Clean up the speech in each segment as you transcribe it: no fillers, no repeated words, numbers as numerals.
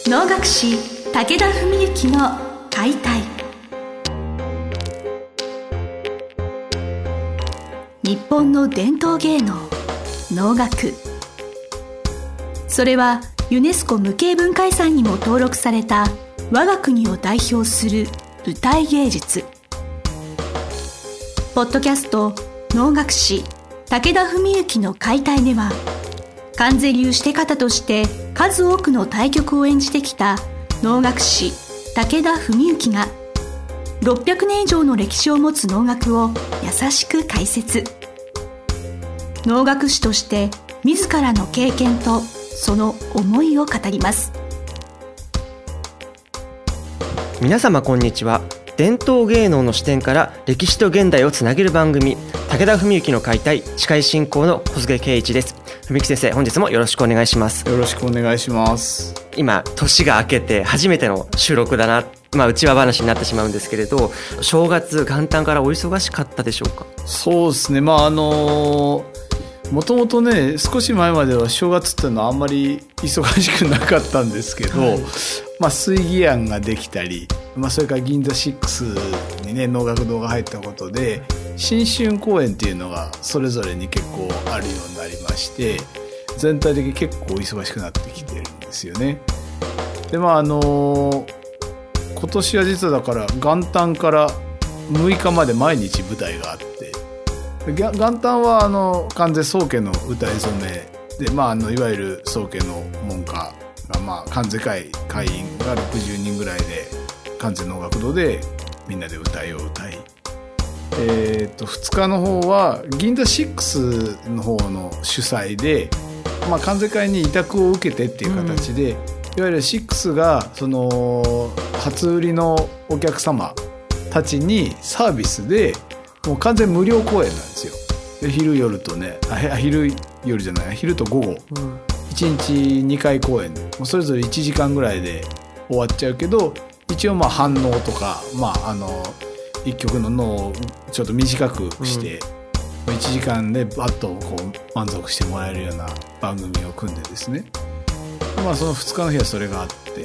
能楽師武田文幸の解体。日本の伝統芸能能楽、それはユネスコ無形文化遺産にも登録された我が国を代表する舞台芸術。ポッドキャスト能楽師武田文幸の解体では、観世流して方として数多くの大曲を演じてきた能楽師武田文幸が600年以上の歴史を持つ能楽を優しく解説。能楽師として自らの経験とその思いを語ります。 皆様こんにちは。伝統芸能の視点から歴史と現代をつなげる番組、武田文幸の解体、司会進行の小菅圭一です。文幸先生、本日もよろしくお願いします。 よろしくお願いします。 今年が明けて初めての収録だな、内輪話になってしまうんですけれど、正月元旦からお忙しかったでしょうか？ そうですね、もともとね、少し前までは正月っていうのはあんまり忙しくなかったんですけど、水義案ができたり、それから銀座6にね能楽堂が入ったことで新春公演っていうのがそれぞれに結構あるようになりまして、全体的に結構忙しくなってきてるんですよね。で今年は実はだから元旦から6日まで毎日舞台があって、元旦は関西宗家の歌い初めで、いわゆる宗家の門下が、関西会員が60人ぐらいで関西能楽堂でみんなで歌いを歌い、2日の方は銀座6の方の主催で、関西会に委託を受けてっていう形で、いわゆる6がその初売りのお客様たちにサービスでもう完全無料公演なんですよ。で昼夜とね、昼と午後、1日2回公演でもうそれぞれ1時間ぐらいで終わっちゃうけど、一応反応とか、一曲の能をちょっと短くして、1時間でバッとこう満足してもらえるような番組を組んでですね、その2日の日はそれがあって、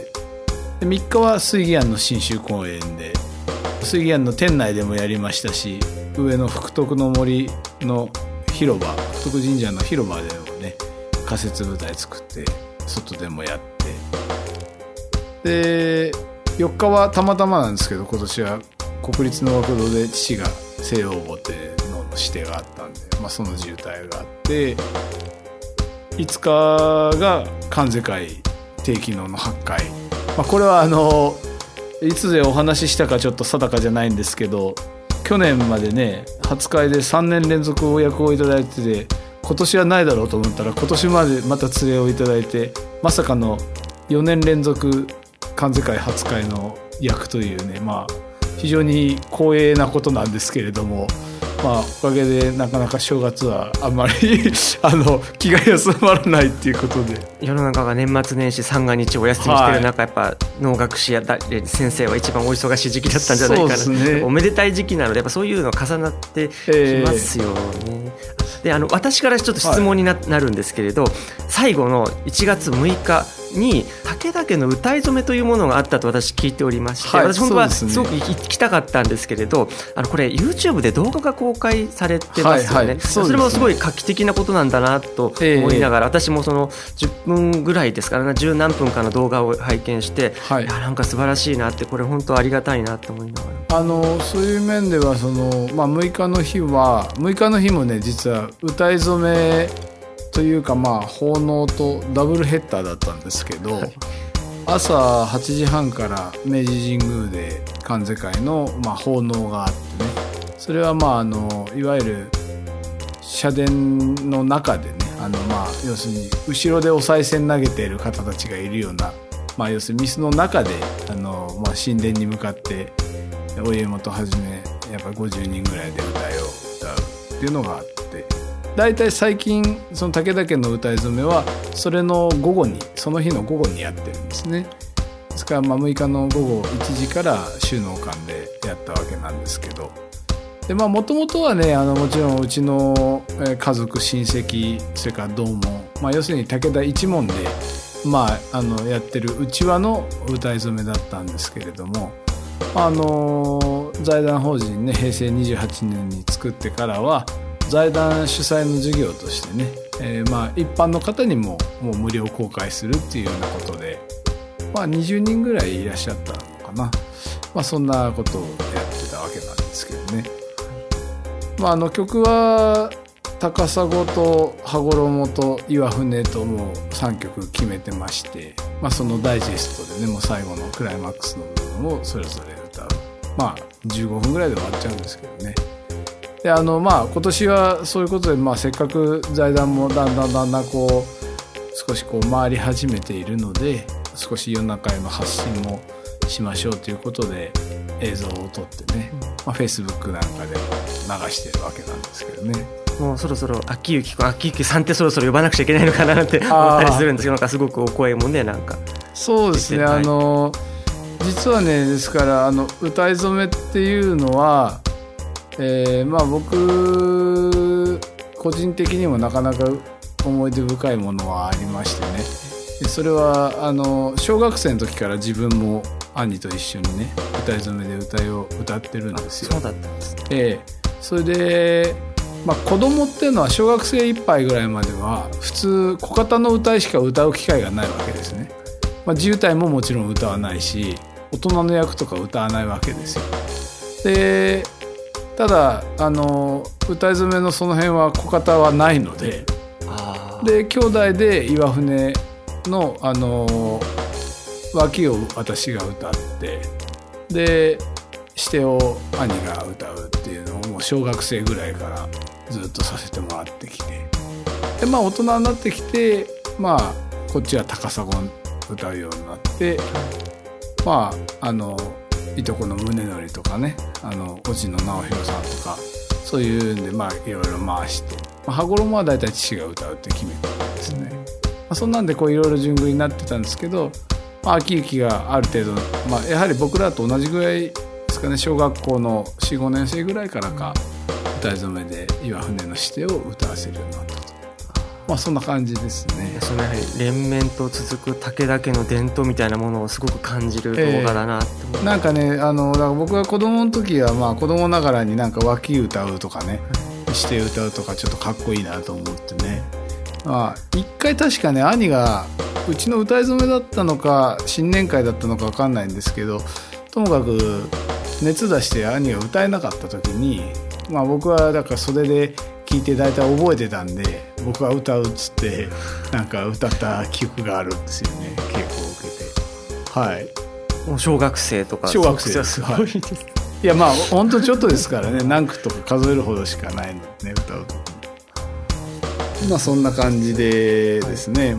で3日は水義庵の新春公演で、水義庵の店内でもやりましたし、上の福徳の森の広場、福徳神社の広場でもね仮設舞台作って外でもやって、で4日はたまたまなんですけど、今年は国立能楽堂で父が西洋墓っていうの指定があったんで、その渋滞があって、5日が関西会定期能の8回、これはいつでお話ししたかちょっと定かじゃないんですけど、去年までね初回で3年連続お役をいただいてて、今年はないだろうと思ったら今年までまた連れをいただいて、まさかの4年連続関西会初回の役というね、非常に光栄なことなんですけれども、おかげでなかなか正月はあんまり気が休まらないっていうことで、 世の中が年末年始三が日お休みしてる中、やっぱ能楽師や先生は一番お忙しい時期だったんじゃないかな。そうですね、おめでたい時期なのでやっぱそういうの重なってきますよね。で私からちょっと質問に なるんですけれど、最後の1月6日に武田家の歌い初めというものがあったと私聞いておりまして、私本当はすごく行きたかったんですけれど、これ YouTube で動画が公開されてますよね。それもすごい画期的なことなんだなと思いながら、私もその10分ぐらいですからね、10何分かの動画を拝見して、いやなんか素晴らしいなって、これ本当ありがたいなと思いながら、 そういう面では6日の日もね、実は歌い初めというか奉納とダブルヘッダーだったんですけど、朝8時半から明治神宮で関西会の奉納があってね、それはいわゆる社殿の中でね、要するに後ろでお賽銭投げている方たちがいるような、要するにミスの中で神殿に向かってお家元はじめやっぱ50人ぐらいで歌いを歌うっていうのがあって、だいたい最近その武田家の歌い初めはそれの午後に、その日の午後にやってるんですね。ですから6日の午後1時から収納館でやったわけなんですけど、でもともとはね、もちろんうちの家族親戚、それから同門、要するに武田一門でやってるうちわの歌い初めだったんですけれども、財団法人ね、平成28年に作ってからは財団主催の事業としてね、一般の方にももう無料公開するっていうようなことで、20人ぐらいいらっしゃったのかな、そんなことをやってたわけなんですけどね。曲は高砂と羽衣と岩船ともう3曲決めてまして、そのダイジェストでね、もう最後のクライマックスの部分をそれぞれ歌う、15分ぐらいで終わっちゃうんですけどね。で今年はそういうことで、せっかく財団もだんだんこう少しこう回り始めているので、少し世の中への発信もしましょうということで映像を撮ってね、Facebook なんかでも流してるわけなんですけどね。 もうそろそろ秋雪さんってそろそろ呼ばなくちゃいけないのかなって思ったりするんですけど、なんかすごくお声もね、なんかそうですね、実はね、ですから歌い初めっていうのは、僕個人的にもなかなか思い出深いものはありましてね。それは小学生の時から自分も兄と一緒にね、歌い初めで歌ってるんですよ。 そうだったんですね。 それで子供っていうのは小学生いっぱいぐらいまでは普通小型の歌いしか歌う機会がないわけですね。自由体ももちろん歌わないし、大人の役とか歌わないわけですよ。でただ歌い初めのその辺は小型はないので、で兄弟で岩船の脇を私が歌って、でシテを兄が歌うっていうのをもう小学生ぐらいからずっとさせてもらってきて、で大人になってきてこっちは高砂を歌うようになって、いとこの宗則とかね、おじの直弘さんとかそういうんでいろいろ回して、羽衣はだいたい父が歌うって決めてたんですね。そんなんでこういろいろ順繰りになってたんですけど、秋雪がある程度、やはり僕らと同じぐらいですかね、小学校の 4,5 年生ぐらいからか歌い初めで岩船のシテを歌わせるようになったと、そんな感じですね。 そのやはり連綿と続く武田家の伝統みたいなものをすごく感じる動画だなって思う。 なんかね、だから僕が子供の時は子供ながらになんか脇歌うとかね、シテ歌うとかちょっとかっこいいなと思ってね、一回確かね、兄がうちの歌い初めだったのか新年会だったのか分かんないんですけど、ともかく熱出して兄が歌えなかった時に、僕はだから袖で聞いて大体覚えてたんで、僕が歌うっつってなんか歌った記憶があるんですよね、稽古を受けて。 もう小学生とか。 小学生すごいです、 いや本当ちょっとですからね、何句とか数えるほどしかないのでね、歌うとそんな感じでですね、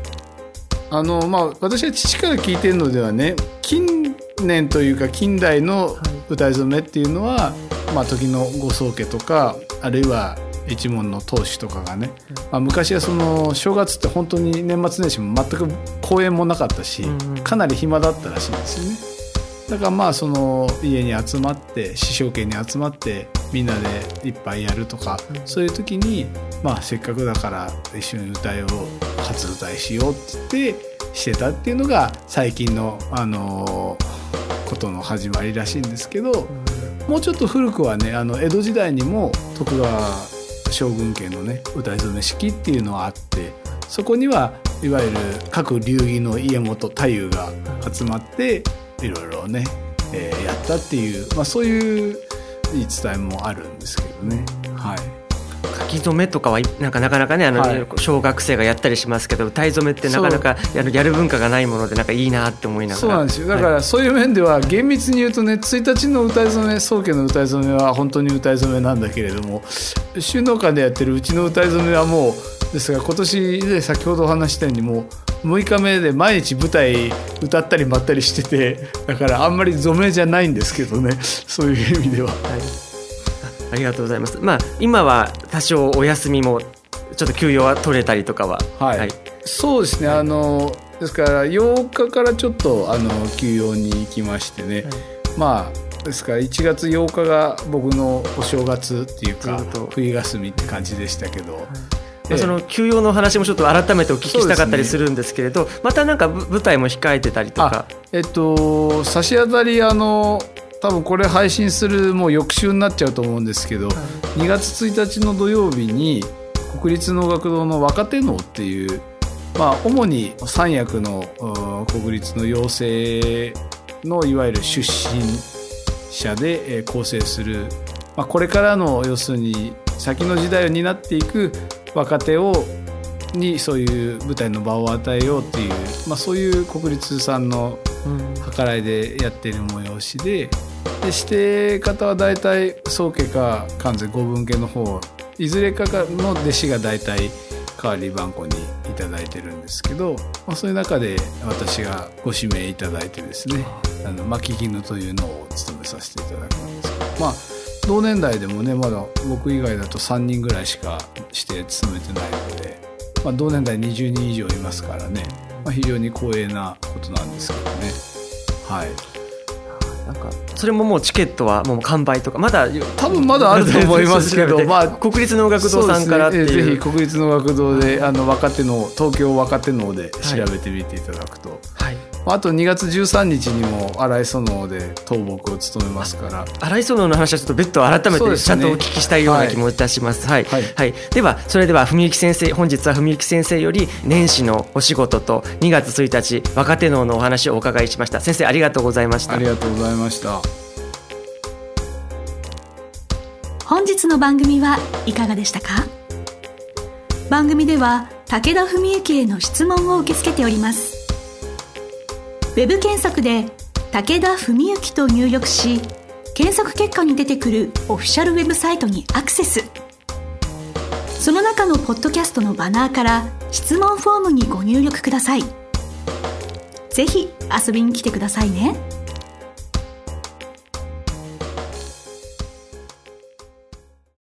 私は父から聞いてるのではね、近年というか近代の歌い初めっていうのは、時のご宗家とかあるいは一門の当主とかがね、昔はその正月って本当に年末年始も全く公演もなかったし、かなり暇だったらしいんですよね。だからその家に集まって師匠家に集まってみんなでいっぱいやるとか、そういう時にせっかくだから一緒に歌いを初歌いしようってしてたっていうのが最近のことの始まりらしいんですけど、もうちょっと古くはね、江戸時代にも徳川将軍家のね歌い初め式っていうのがあって、そこにはいわゆる各流儀の家元太夫が集まっていろいろね、やったっていう、そういう言い伝えもあるんですけどね。 書き初めとかはなかなかね、小学生がやったりしますけど、歌い初めってなかなかやる文化がないもので、なんかいいなって思いながら。 そうなんですよ。だからそういう面では厳密に言うとね、1日の歌い初め、宗家の歌い初めは本当に歌い初めなんだけれども、収納館でやってるうちの歌い初めはもうですが、今年で先ほどお話したようにもう6日目で毎日舞台歌ったり舞ったりしてて、だからあんまり初めじゃないんですけどね、そういう意味では。 ありがとうございます。今は多少お休みもちょっと休養は取れたりとかは。 そうですね、ですから8日からちょっと休養に行きましてね、ですから1月8日が僕のお正月っていうか冬休みって感じでしたけど、 その休養の話もちょっと改めてお聞きしたかったりするんですけれど、またなんか舞台も控えてたりとか。 差し当たり多分これ配信するもう翌週になっちゃうと思うんですけど、2月1日の土曜日に国立能楽堂の若手能っていう、主に三役の国立の養成のいわゆる出身者で構成する、これからの要するに先の時代を担っていく若手にそういう舞台の場を与えようっていう、そういう国立さんの計らいでやっている催しで、して方は大体宗家か関西五分家の方いずれかの弟子が大体代わり番号にいただいてるんですけど、そういう中で私がご指名いただいてですね、巻絹というのを務めさせていただくんですけど、同年代でもねまだ僕以外だと3人ぐらいしかして務めてないので、同年代20人以上いますからね、非常に光栄なことなんですけどね。はい。 なんかそれももうチケットはもう完売とか多分まだあると思いますけど国立能楽堂さんからっていう、 ぜひ国立能楽堂で東京若手能で調べてみていただくと、はい、あと2月13日にも荒井園で倒木を務めますから、 荒井園の話はちょっと別途改めてちゃんとお聞きしたいような気もいたします。はいはいはい、ではそれでは文幸先生、本日は文幸先生より年始のお仕事と2月1日若手能のお話をお伺いしました。先生ありがとうございました。 ありがとうございました。 本日の番組はいかがでしたか？番組では武田文幸への質問を受け付けております。ウェブ検索で武田文幸と入力し、検索結果に出てくるオフィシャルウェブサイトにアクセス。その中のポッドキャストのバナーから質問フォームにご入力ください。ぜひ遊びに来てくださいね。